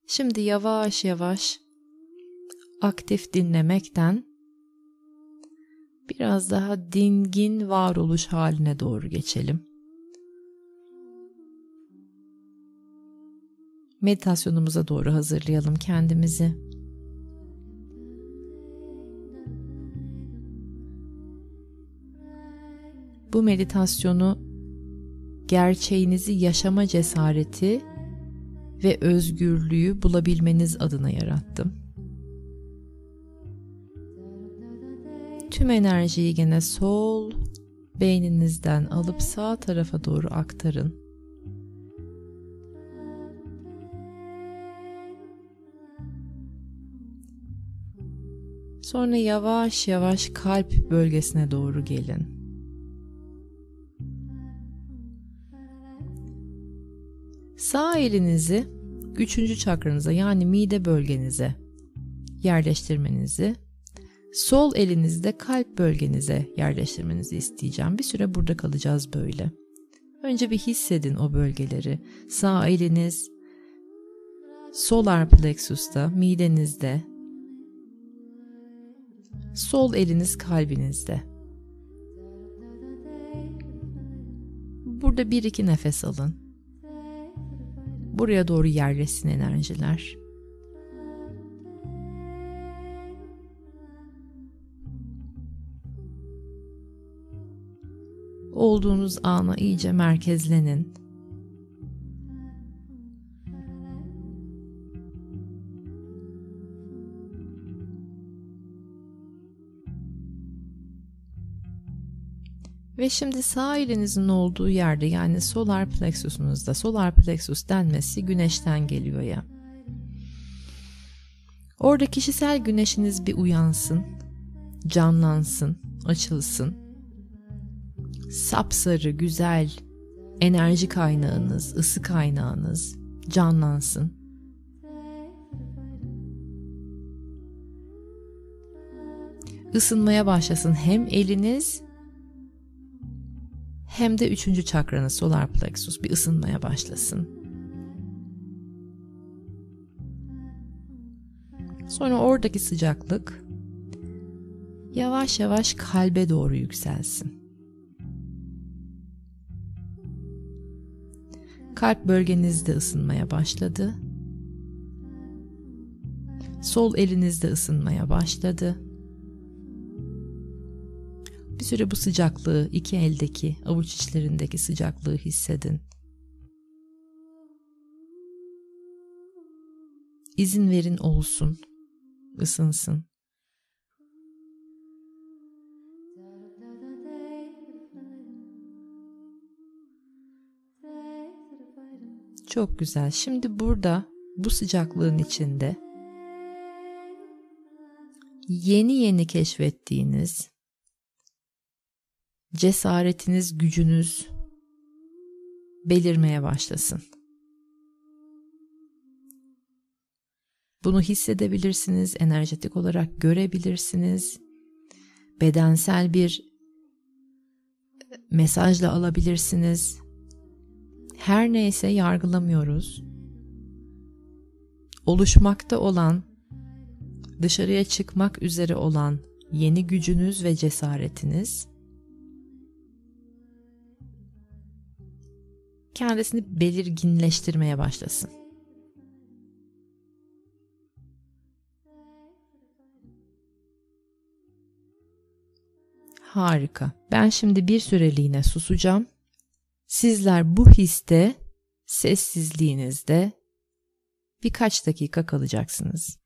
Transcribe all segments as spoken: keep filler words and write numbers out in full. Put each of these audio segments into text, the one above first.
Şimdi yavaş yavaş aktif dinlemekten biraz daha dingin varoluş haline doğru geçelim. Meditasyonumuza doğru hazırlayalım kendimizi. Bu meditasyonu gerçeğinizi yaşama cesareti ve özgürlüğü bulabilmeniz adına yarattım. Tüm enerjiyi gene sol beyninizden alıp sağ tarafa doğru aktarın. Sonra yavaş yavaş kalp bölgesine doğru gelin. Sağ elinizi üçüncü çakranıza yani mide bölgenize yerleştirmenizi, sol elinizde kalp bölgenize yerleştirmenizi isteyeceğim. Bir süre burada kalacağız böyle. Önce bir hissedin o bölgeleri. Sağ eliniz solar plexus'ta, midenizde. Sol eliniz kalbinizde. Burada bir iki nefes alın. Buraya doğru yerleşsin enerjiler. Olduğunuz ana iyice merkezlenin. Ve şimdi sağ elinizin olduğu yerde yani solar plexusunuzda, solar plexus denmesi güneşten geliyor ya. Orada kişisel güneşiniz bir uyansın, canlansın, açılsın. Sapsarı, güzel enerji kaynağınız, ısı kaynağınız canlansın. Isınmaya başlasın hem eliniz hem de üçüncü çakranız solar plexus bir ısınmaya başlasın. Sonra oradaki sıcaklık yavaş yavaş kalbe doğru yükselsin. Kalp bölgenizde ısınmaya başladı. Sol elinizde ısınmaya başladı. Bir süre bu sıcaklığı, iki eldeki, avuç içlerindeki sıcaklığı hissedin. İzin verin olsun, ısınsın. Çok güzel. Şimdi burada, bu sıcaklığın içinde yeni yeni keşfettiğiniz cesaretiniz, gücünüz belirmeye başlasın. Bunu hissedebilirsiniz, enerjetik olarak görebilirsiniz. Bedensel bir mesajla alabilirsiniz. Her neyse yargılamıyoruz. Oluşmakta olan, dışarıya çıkmak üzere olan yeni gücünüz ve cesaretiniz kendisini belirginleştirmeye başlasın. Harika. Ben şimdi bir süreliğine susacağım. Sizler bu histe, sessizliğinizde birkaç dakika kalacaksınız.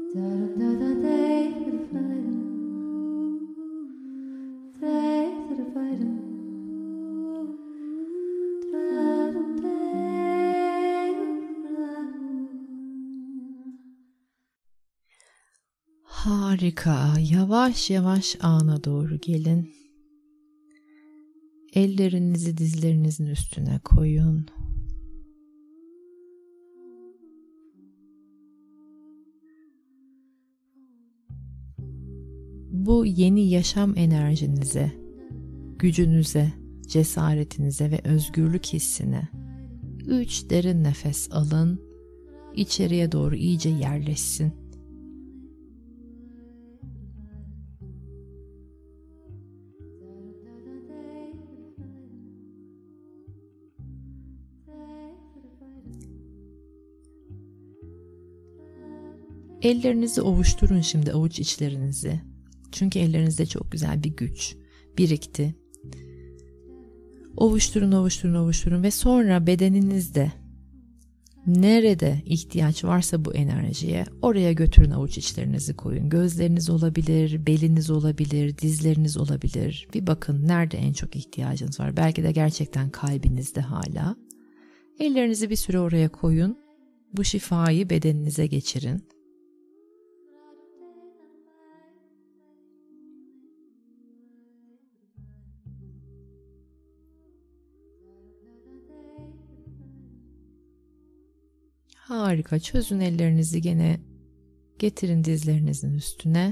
Harika. Yavaş yavaş ana doğru gelin. Ellerinizi dizlerinizin üstüne koyun. Bu yeni yaşam enerjinize, gücünüze, cesaretinize ve özgürlük hissine üç derin nefes alın, içeriye doğru iyice yerleşsin. Ellerinizi ovuşturun şimdi, avuç içlerinizi. Çünkü ellerinizde çok güzel bir güç birikti. Ovuşturun, ovuşturun, ovuşturun ve sonra bedeninizde nerede ihtiyaç varsa bu enerjiye oraya götürün, avuç içlerinizi koyun. Gözleriniz olabilir, beliniz olabilir, dizleriniz olabilir. Bir bakın nerede en çok ihtiyacınız var. Belki de gerçekten kalbinizde hala. Ellerinizi bir süre oraya koyun. Bu şifayı bedeninize geçirin. Harika. Çözün ellerinizi, gene getirin dizlerinizin üstüne.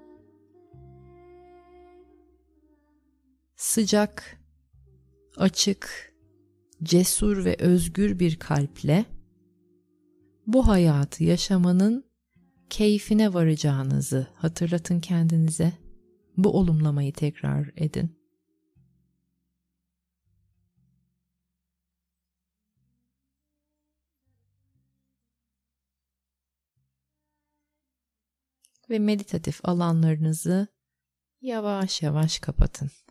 Sıcak, açık, cesur ve özgür bir kalple bu hayatı yaşamanın keyfine varacağınızı hatırlatın kendinize. Bu olumlamayı tekrar edin. Ve meditatif alanlarınızı yavaş yavaş kapatın.